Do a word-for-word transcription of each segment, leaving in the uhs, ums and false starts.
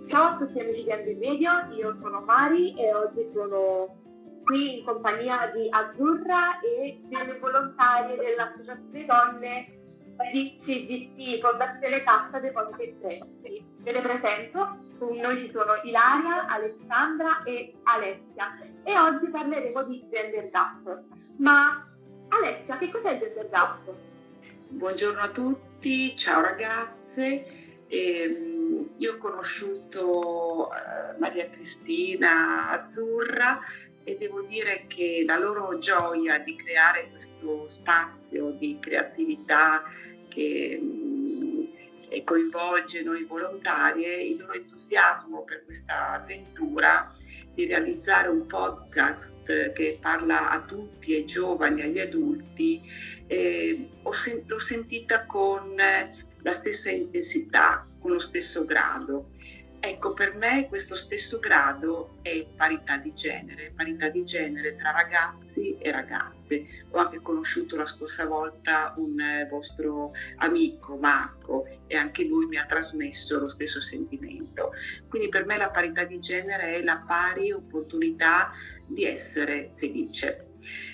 Ciao a tutti amici di Andromedio, io sono Mari e oggi sono qui in compagnia di Azzurra e delle volontarie dell'Associazione Donne di C D T, Fondazione Cassa Depositi e Prestiti. Ve le presento, con noi ci sono Ilaria, Alessandra e Alessia e oggi parleremo di gender gap. Ma Alessia, che cos'è il gender gap? Buongiorno a tutti, ciao ragazze. Ehm, io ho conosciuto eh, Maria Cristina Azzurra e devo dire che la loro gioia di creare questo spazio di creatività che mh, coinvolge noi volontarie, il loro entusiasmo per questa avventura di realizzare un podcast che parla a tutti, ai giovani, agli adulti, eh, ho sen- l'ho sentita con la stessa intensità, con lo stesso grado. Ecco, per me questo stesso grado è parità di genere, parità di genere tra ragazzi e ragazze. Ho anche conosciuto la scorsa volta un eh, vostro amico, Marco, e anche lui mi ha trasmesso lo stesso sentimento. Quindi per me la parità di genere è la pari opportunità di essere felice.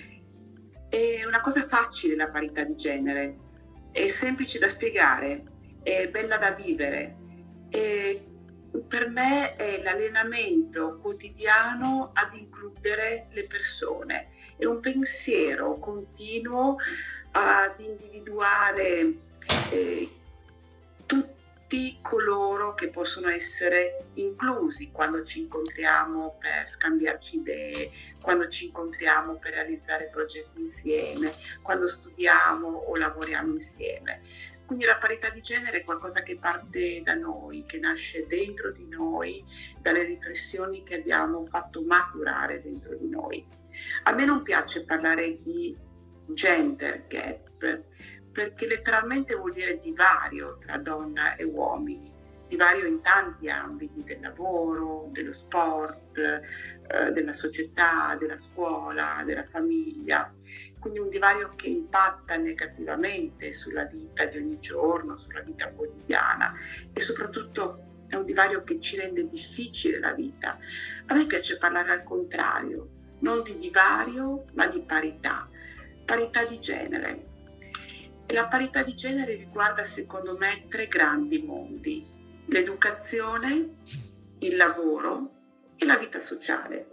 È una cosa facile la parità di genere, è semplice da spiegare, è bella da vivere. È Per me è l'allenamento quotidiano ad includere le persone, è un pensiero continuo ad individuare eh, tutti coloro che possono essere inclusi quando ci incontriamo per scambiarci idee, quando ci incontriamo per realizzare progetti insieme, quando studiamo o lavoriamo insieme. Quindi la parità di genere è qualcosa che parte da noi, che nasce dentro di noi, dalle riflessioni che abbiamo fatto maturare dentro di noi. A me non piace parlare di gender gap, perché letteralmente vuol dire divario tra donna e uomini, divario in tanti ambiti del lavoro, dello sport, eh, della società, della scuola, della famiglia. Quindi un divario che impatta negativamente sulla vita di ogni giorno, sulla vita quotidiana e soprattutto è un divario che ci rende difficile la vita. A me piace parlare al contrario, non di divario ma di parità, parità di genere. E la parità di genere riguarda secondo me tre grandi mondi: l'educazione, il lavoro e la vita sociale.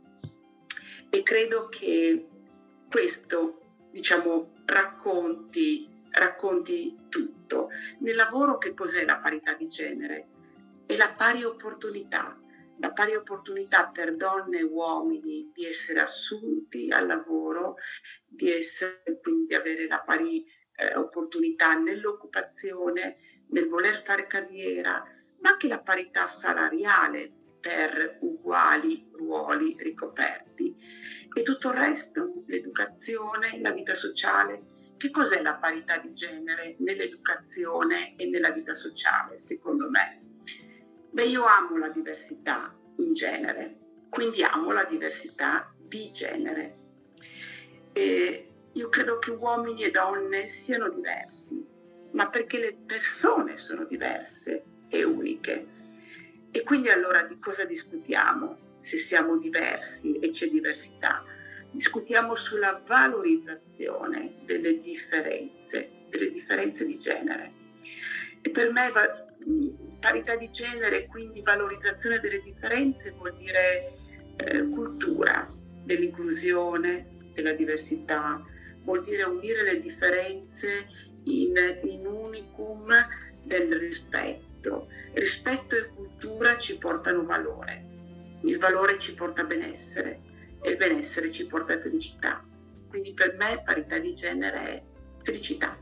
E credo che questo, diciamo, racconti, racconti tutto. Nel lavoro che cos'è la parità di genere? È la pari opportunità, la pari opportunità per donne e uomini di essere assunti al lavoro, di essere, quindi avere la pari eh, opportunità nell'occupazione, nel voler fare carriera, ma anche la parità salariale per uguali ruoli ricoperti. E tutto il resto, l'educazione, la vita sociale. Che cos'è la parità di genere nell'educazione e nella vita sociale, secondo me? Beh, io amo la diversità in genere, quindi amo la diversità di genere. E io credo che uomini e donne siano diversi, ma perché le persone sono diverse e uniche. E quindi allora di cosa discutiamo se siamo diversi e c'è diversità? Discutiamo sulla valorizzazione delle differenze, delle differenze di genere. E per me va, parità di genere, quindi valorizzazione delle differenze, vuol dire eh, cultura dell'inclusione, della diversità, vuol dire unire le differenze in, in unicum del rispetto. Rispetto e cultura ci portano valore, il valore ci porta benessere e il benessere ci porta felicità. Quindi per me parità di genere è felicità.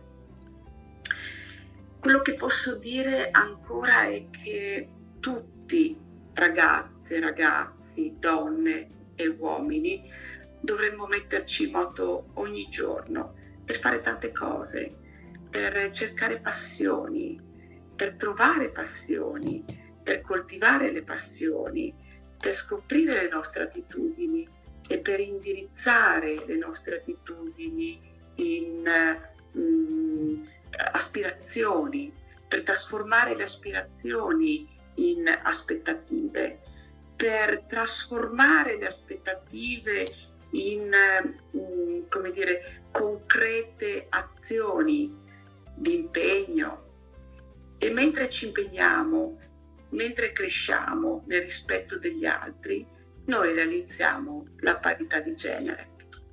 Quello che posso dire ancora è che tutti, ragazze, ragazzi, donne e uomini, dovremmo metterci in moto ogni giorno per fare tante cose, per cercare passioni, per trovare passioni, per coltivare le passioni, per scoprire le nostre attitudini e per indirizzare le nostre attitudini in mh, aspirazioni, per trasformare le aspirazioni in aspettative, per trasformare le aspettative in, in come dire, concrete azioni di impegno. E mentre ci impegniamo, mentre cresciamo nel rispetto degli altri, noi realizziamo la parità di genere.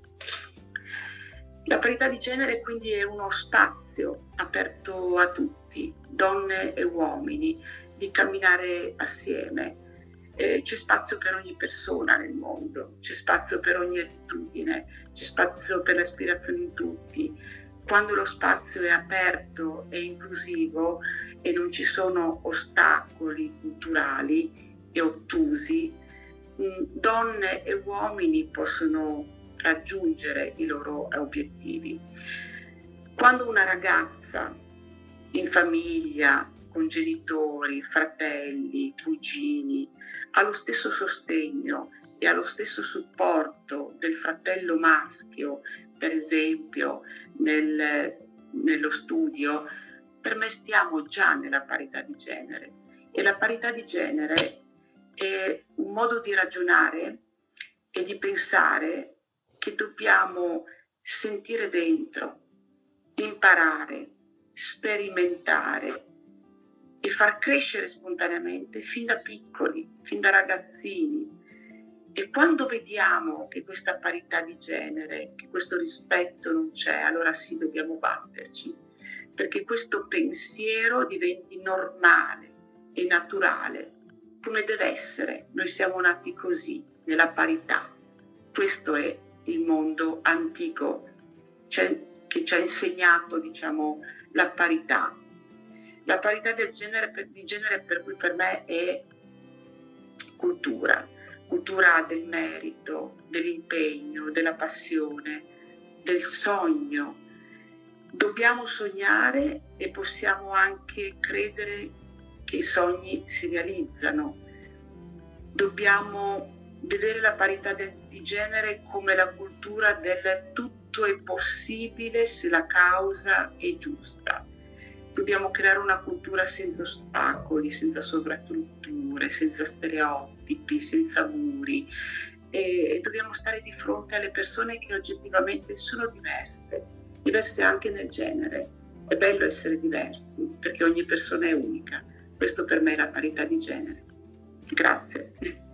La parità di genere quindi è uno spazio aperto a tutti, donne e uomini, di camminare assieme. Eh, c'è spazio per ogni persona nel mondo, c'è spazio per ogni attitudine, c'è spazio per l'aspirazione in tutti. Quando lo spazio è aperto e inclusivo e non ci sono ostacoli culturali e ottusi, donne e uomini possono raggiungere i loro obiettivi. Quando una ragazza in famiglia, con genitori, fratelli, cugini, ha lo stesso sostegno e ha lo stesso supporto del fratello maschio, per esempio nel, nello studio, per me stiamo già nella parità di genere. E la parità di genere è un modo di ragionare e di pensare che dobbiamo sentire dentro, imparare, sperimentare e far crescere spontaneamente fin da piccoli, fin da ragazzini. E quando vediamo che questa parità di genere, che questo rispetto non c'è, allora sì, dobbiamo batterci, perché questo pensiero diventi normale e naturale, come deve essere. Noi siamo nati così, nella parità. Questo è il mondo antico, cioè, che ci ha insegnato, diciamo, la parità. La parità del genere, di genere per cui per me è cultura, cultura del merito, dell'impegno, della passione, del sogno. Dobbiamo sognare e possiamo anche credere che i sogni si realizzano. Dobbiamo vedere la parità del, di genere come la cultura del tutto è possibile se la causa è giusta. Dobbiamo creare una cultura senza ostacoli, senza sovrastrutture, senza stereotipi, senza muri, e, e dobbiamo stare di fronte alle persone che oggettivamente sono diverse, diverse anche nel genere. È bello essere diversi perché ogni persona è unica. Questo per me è la parità di genere. Grazie.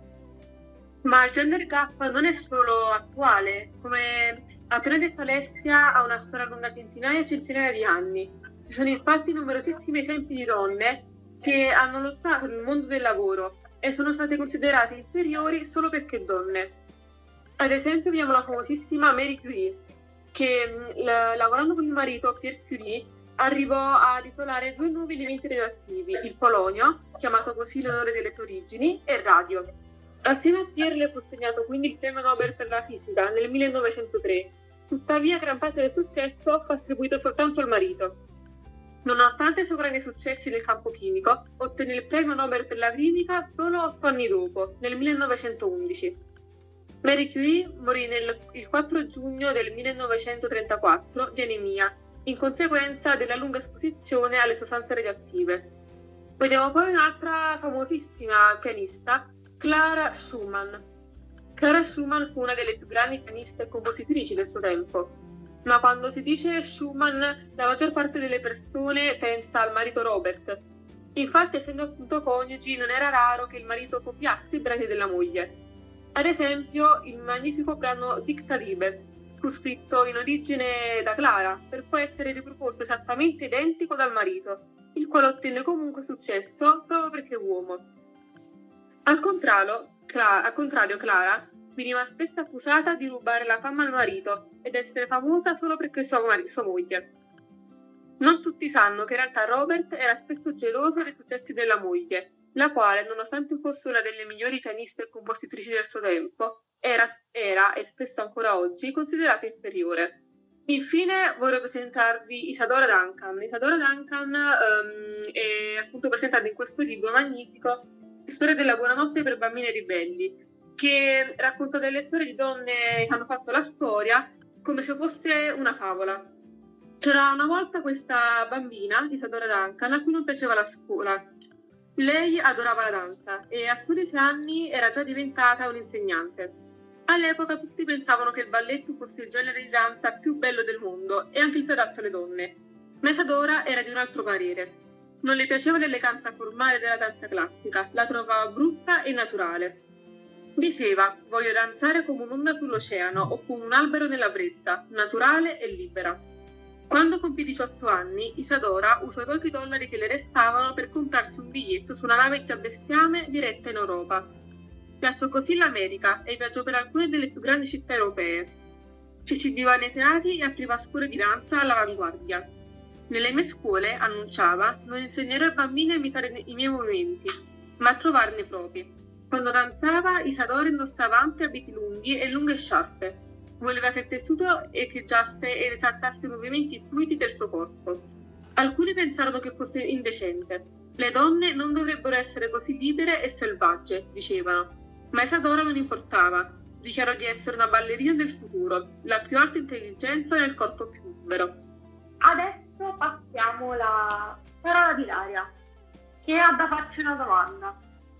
Ma il gender gap non è solo attuale, come ha appena detto Alessia, ha una storia lunga centinaia e centinaia di anni. Ci sono infatti numerosissimi esempi di donne che hanno lottato nel mondo del lavoro e sono state considerate inferiori solo perché donne. Ad esempio abbiamo la famosissima Marie Curie, che l- lavorando con il marito Pierre Curie arrivò ad isolare due nuovi elementi radioattivi, il polonio, chiamato così in onore delle sue origini, e il radio. Assieme a Pierre le fu assegnato quindi il premio Nobel per la fisica nel millenovecentotre, tuttavia gran parte del successo fu attribuito soltanto al marito. Nonostante i suoi grandi successi nel campo chimico, ottenne il premio Nobel per la chimica solo otto anni dopo, nel millenovecentoundici. Marie Curie morì nel, il quattro giugno del millenovecentotrentaquattro di anemia, in conseguenza della lunga esposizione alle sostanze radioattive. Vediamo poi un'altra famosissima pianista, Clara Schumann. Clara Schumann fu una delle più grandi pianiste e compositrici del suo tempo. Ma quando si dice Schumann, la maggior parte delle persone pensa al marito Robert. Infatti, essendo appunto coniugi, non era raro che il marito copiasse i brani della moglie. Ad esempio, il magnifico brano Dicta Liber fu scritto in origine da Clara, per poi essere riproposto esattamente identico dal marito, il quale ottenne comunque successo proprio perché è uomo. Al contrario, Cla- al contrario Clara veniva spesso accusata di rubare la fama al marito ed essere famosa solo perché sua, mar- sua moglie. Non tutti sanno che in realtà Robert era spesso geloso dei successi della moglie, la quale, nonostante fosse una delle migliori pianiste e compositrici del suo tempo, era, era e spesso ancora oggi considerata inferiore. Infine vorrei presentarvi Isadora Duncan. Isadora Duncan um, è appunto presentata in questo libro magnifico, Storia della buonanotte per bambine ribelli, che racconta delle storie di donne che hanno fatto la storia come se fosse una favola. C'era una volta questa bambina, Isadora Duncan, a cui non piaceva la scuola. Lei adorava la danza e a soli sei anni era già diventata un'insegnante. All'epoca tutti pensavano che il balletto fosse il genere di danza più bello del mondo e anche il più adatto alle donne. Ma Isadora era di un altro parere. Non le piaceva l'eleganza formale della danza classica, la trovava brutta e naturale. Diceva: voglio danzare come un'onda sull'oceano o come un albero nella brezza, naturale e libera. Quando compì diciotto anni, Isadora usò i pochi dollari che le restavano per comprarsi un biglietto su una nave a bestiame diretta in Europa. Lasciò così l'America e viaggiò per alcune delle più grandi città europee. Si esibiva nei teatri e apriva scuole di danza all'avanguardia. Nelle mie scuole, annunciava, non insegnerò ai bambini a imitare i miei movimenti, ma a trovarne i propri. Quando danzava, Isadora indossava ampi abiti lunghi e lunghe sciarpe. Voleva che il tessuto echeggiasse e risaltasse i movimenti fluidi del suo corpo. Alcuni pensarono che fosse indecente. Le donne non dovrebbero essere così libere e selvagge, dicevano. Ma Isadora non importava. Dichiarò di essere una ballerina del futuro, la più alta intelligenza nel corpo più libero. Adesso passiamo la parola di Ilaria, che ha da farci una domanda.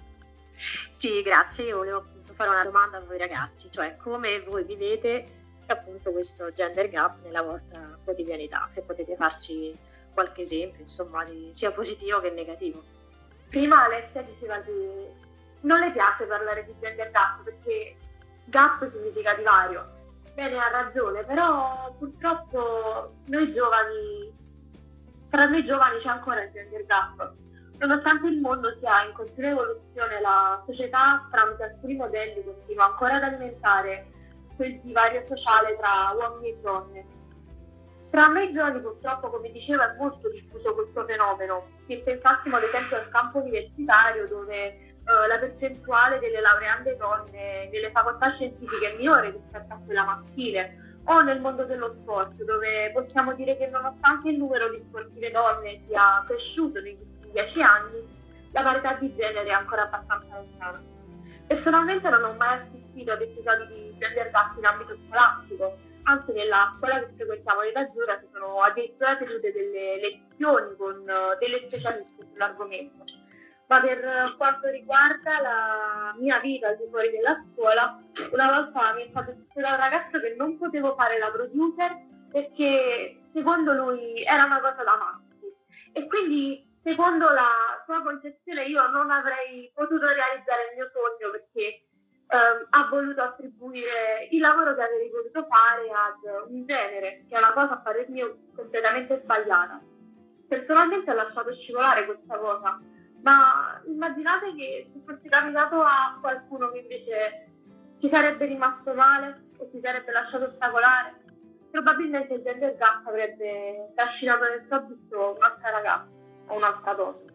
Sì, grazie. Io volevo appunto fare una domanda a voi ragazzi, cioè come voi vivete appunto questo gender gap nella vostra quotidianità, se potete farci qualche esempio, insomma, di, sia positivo che negativo. Prima Alessia diceva che non le piace parlare di gender gap perché gap significa divario. Bene, ha ragione, però purtroppo noi giovani, tra noi giovani c'è ancora il gender gap. Nonostante il mondo sia in continua evoluzione, la società tramite alcuni modelli continua ancora ad alimentare quel divario sociale tra uomini e donne. Tra noi giovani purtroppo, come dicevo, è molto diffuso questo fenomeno. Se pensassimo ad esempio al campo universitario, dove eh, la percentuale delle laureande donne nelle facoltà scientifiche è minore rispetto a quella maschile, o nel mondo dello sport, dove possiamo dire che nonostante il numero di sportive donne sia cresciuto negli ultimi dieci anni, la parità di genere è ancora abbastanza lontana. Personalmente non ho mai assistito ad episodi di gender gap in ambito scolastico, anzi nella scuola che frequentiamo in Azzurra si sono addirittura tenute delle lezioni con delle specialiste sull'argomento. Ma per quanto riguarda la mia vita al di fuori della scuola, una volta mi è stato detto da un ragazzo che non potevo fare la producer perché secondo lui era una cosa da maschi e quindi secondo la sua concezione io non avrei potuto realizzare il mio sogno perché ehm, ha voluto attribuire il lavoro che avrei voluto fare ad un genere, che è una cosa a parer mio completamente sbagliata. Personalmente ho lasciato scivolare questa cosa, ma immaginate che se fosse capitato a qualcuno che invece ci sarebbe rimasto male o si sarebbe lasciato ostacolare, probabilmente il gender gap avrebbe trascinato nel suo abuso un'altra ragazza o un'altra donna.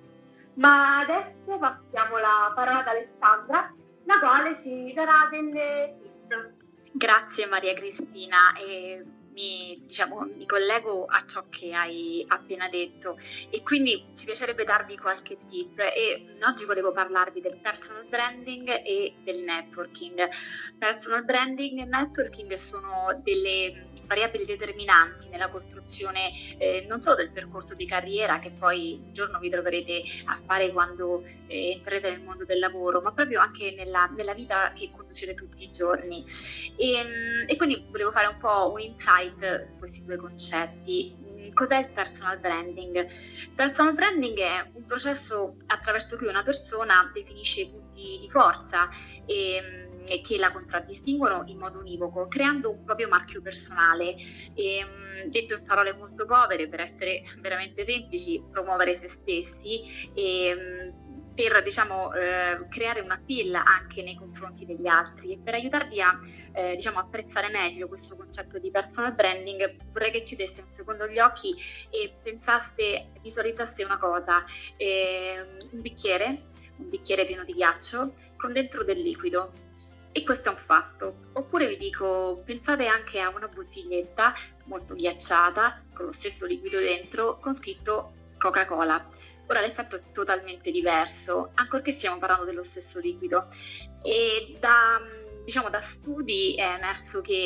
Ma adesso passiamo la parola ad Alessandra, la quale ci darà delle tips. Grazie Maria Cristina. E mi, diciamo, mi collego a ciò che hai appena detto e quindi ci piacerebbe darvi qualche tip e oggi volevo parlarvi del personal branding e del networking. Personal branding e networking sono delle variabili determinanti nella costruzione eh, non solo del percorso di carriera che poi un giorno vi troverete a fare quando eh, entrerete nel mondo del lavoro, ma proprio anche nella, nella vita che conducete tutti i giorni. E, e quindi volevo fare un po' un insight su questi due concetti. Cos'è il personal branding? Il personal branding è un processo attraverso cui una persona definisce i punti di forza e e che la contraddistinguono in modo univoco, creando un proprio marchio personale. E, detto in parole molto povere, per essere veramente semplici, promuovere se stessi e per diciamo eh, creare un appeal anche nei confronti degli altri. E per aiutarvi a eh, diciamo apprezzare meglio questo concetto di personal branding, vorrei che chiudeste un secondo gli occhi e pensaste, visualizzaste una cosa, eh, un bicchiere, un bicchiere pieno di ghiaccio con dentro del liquido. E questo è un fatto. Oppure vi dico, pensate anche a una bottiglietta molto ghiacciata con lo stesso liquido dentro con scritto Coca-Cola. Ora l'effetto è totalmente diverso, ancorché stiamo parlando dello stesso liquido. E da, diciamo, da studi è emerso che in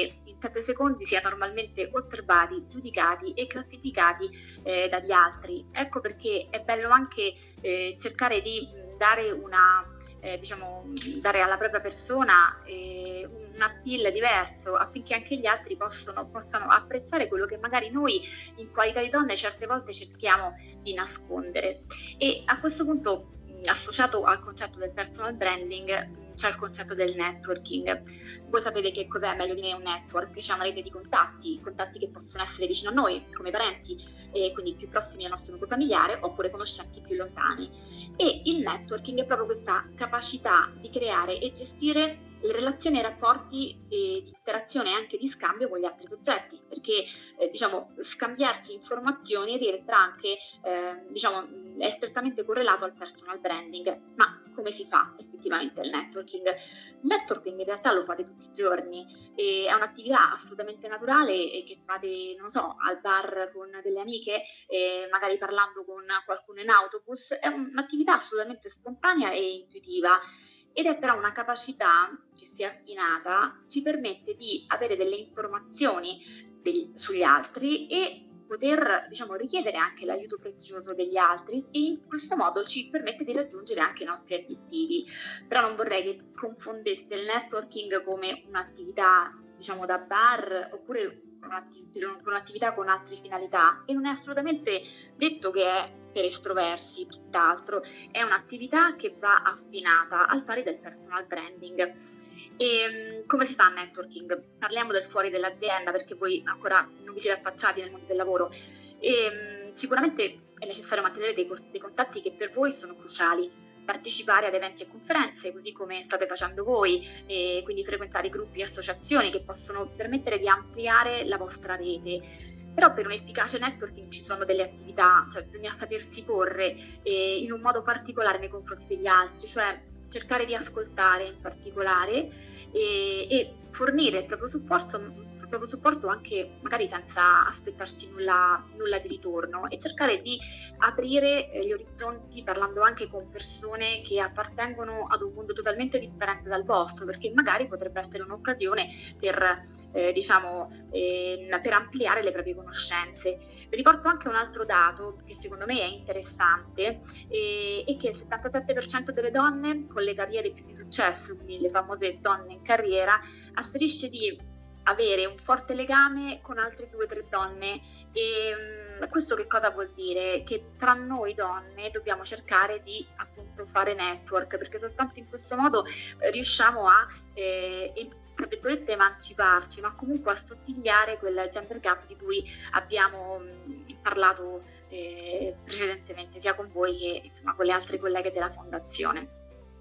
sette secondi sia normalmente osservati, giudicati e classificati eh, dagli altri. Ecco perché è bello anche eh, cercare di dare una eh, diciamo dare alla propria persona eh, un appeal diverso, affinché anche gli altri possono, possano apprezzare quello che magari noi in qualità di donne certe volte cerchiamo di nascondere. E a questo punto, associato al concetto del personal branding, c'è il concetto del networking. Voi sapete che cos'è meglio di me un network? C'è una rete di contatti, contatti che possono essere vicino a noi, come parenti, e quindi più prossimi al nostro nucleo familiare, oppure conoscenti più lontani. E il networking è proprio questa capacità di creare e gestire le relazioni e i rapporti eh, di interazione e anche di scambio con gli altri soggetti, perché eh, diciamo scambiarsi informazioni rientra anche eh, diciamo è strettamente correlato al personal branding. Ma come si fa effettivamente il networking? Il networking in realtà lo fate tutti i giorni, e è un'attività assolutamente naturale e che fate, non so, al bar con delle amiche, e magari parlando con qualcuno in autobus. È un'attività assolutamente spontanea e intuitiva. Ed è però una capacità che, se affinata, ci permette di avere delle informazioni degli, sugli altri e poter, diciamo, richiedere anche l'aiuto prezioso degli altri, e in questo modo ci permette di raggiungere anche i nostri obiettivi. Però non vorrei che confondeste il networking come un'attività, diciamo, da bar, oppure un'attività con altre finalità, e non è assolutamente detto che è per estroversi, tutt'altro, è un'attività che va affinata al pari del personal branding. E come si fa networking? Parliamo del fuori dell'azienda, perché voi ancora non vi siete affacciati nel mondo del lavoro, e sicuramente è necessario mantenere dei, dei contatti che per voi sono cruciali, partecipare ad eventi e conferenze, così come state facendo voi, e quindi frequentare gruppi e associazioni che possono permettere di ampliare la vostra rete. Però per un efficace networking ci sono delle attività, cioè bisogna sapersi porre eh, in un modo particolare nei confronti degli altri, cioè cercare di ascoltare in particolare e, e fornire il proprio supporto, il proprio supporto anche magari senza aspettarsi nulla, nulla di ritorno, e cercare di aprire gli orizzonti parlando anche con persone che appartengono ad un mondo totalmente differente dal vostro, perché magari potrebbe essere un'occasione per, eh, diciamo, eh, per ampliare le proprie conoscenze. Vi riporto anche un altro dato che secondo me è interessante, e, e che il settantasette per cento delle donne con le carriere più di successo, quindi le famose donne in carriera, asserisce di avere un forte legame con altre due o tre donne. E um, questo che cosa vuol dire? Che tra noi donne dobbiamo cercare di appunto fare network, perché soltanto in questo modo eh, riusciamo a eh, tra virgolette emanciparci, ma comunque a sottigliare quel gender gap di cui abbiamo mh, parlato eh, precedentemente, sia con voi che insomma con le altre colleghe della fondazione.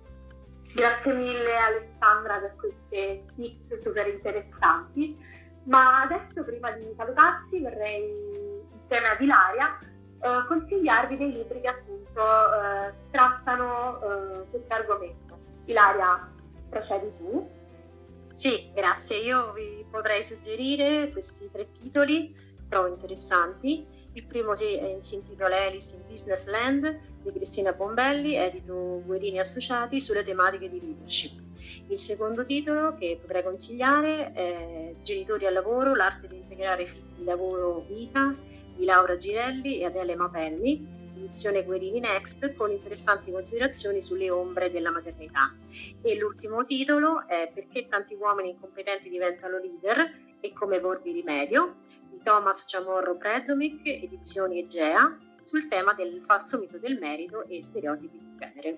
Grazie mille Alessandra per queste tips super interessanti, ma adesso, prima di salutarci, vorrei insieme ad Ilaria eh, consigliarvi dei libri che appunto eh, trattano eh, questo argomento. Ilaria, procedi tu. Sì, grazie. Io vi potrei suggerire questi tre titoli che trovo interessanti. Il primo si, si intitola Alice in Business Land di Cristina Bombelli, edito Guerini Associati, sulle tematiche di leadership. Il secondo titolo che potrei consigliare è Genitori al lavoro, l'arte di integrare figli, lavoro, vita di Laura Girelli e Adele Mapelli, edizione Guerini Next, con interessanti considerazioni sulle ombre della maternità. E l'ultimo titolo è Perché tanti uomini incompetenti diventano leader e come porvi rimedio, di Thomas Chamorro Prezomic, edizioni Egea, sul tema del falso mito del merito e stereotipi di genere.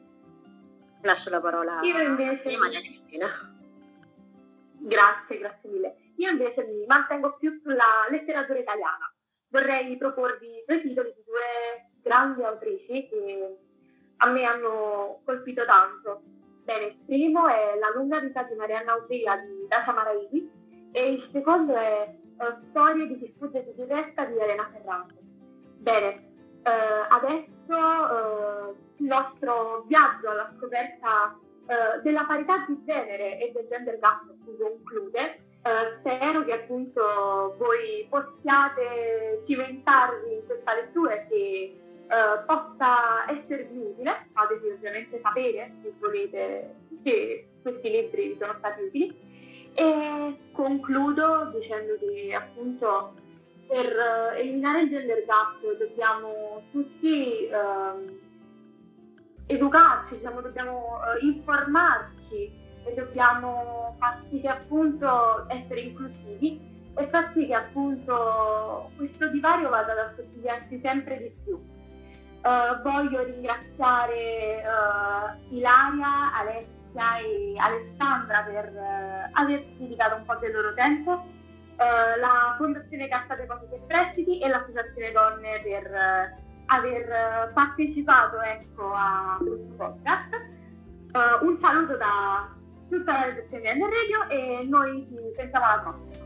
Lascio la parola Io invece... a Maria Cristina. Grazie, grazie mille. Io invece mi mantengo più sulla letteratura italiana. Vorrei proporvi due titoli di due grandi autrici che a me hanno colpito tanto. Bene, il primo è La lunga vita di Marianna Audria di Dacia Maraidi, e il secondo è uh, Storie di chi sfugge di diretta di Elena Ferrante. Bene, uh, adesso uh, il nostro viaggio alla scoperta uh, della parità di genere e del gender gap si conclude. Uh, spero che appunto voi possiate cimentarvi in questa lettura e che uh, possa esservi utile. Fatemi ovviamente sapere se volete che questi libri vi sono stati utili. E concludo dicendo che appunto per uh, eliminare il gender gap dobbiamo tutti uh, educarci, diciamo, dobbiamo uh, informarci e dobbiamo far sì che appunto essere inclusivi e far sì che appunto questo divario vada ad assottigliarsi sempre di più. Uh, voglio ringraziare uh, Ilaria, Alessia e Alessandra per uh, averci dedicato un po' del loro tempo, uh, la Fondazione Cassa Depositi e Prestiti e l'Associazione Donne per uh, aver partecipato, ecco, a questo podcast. Uh, un saluto da tutta la redazione di Under Radio e noi ci sentiamo alla prossima.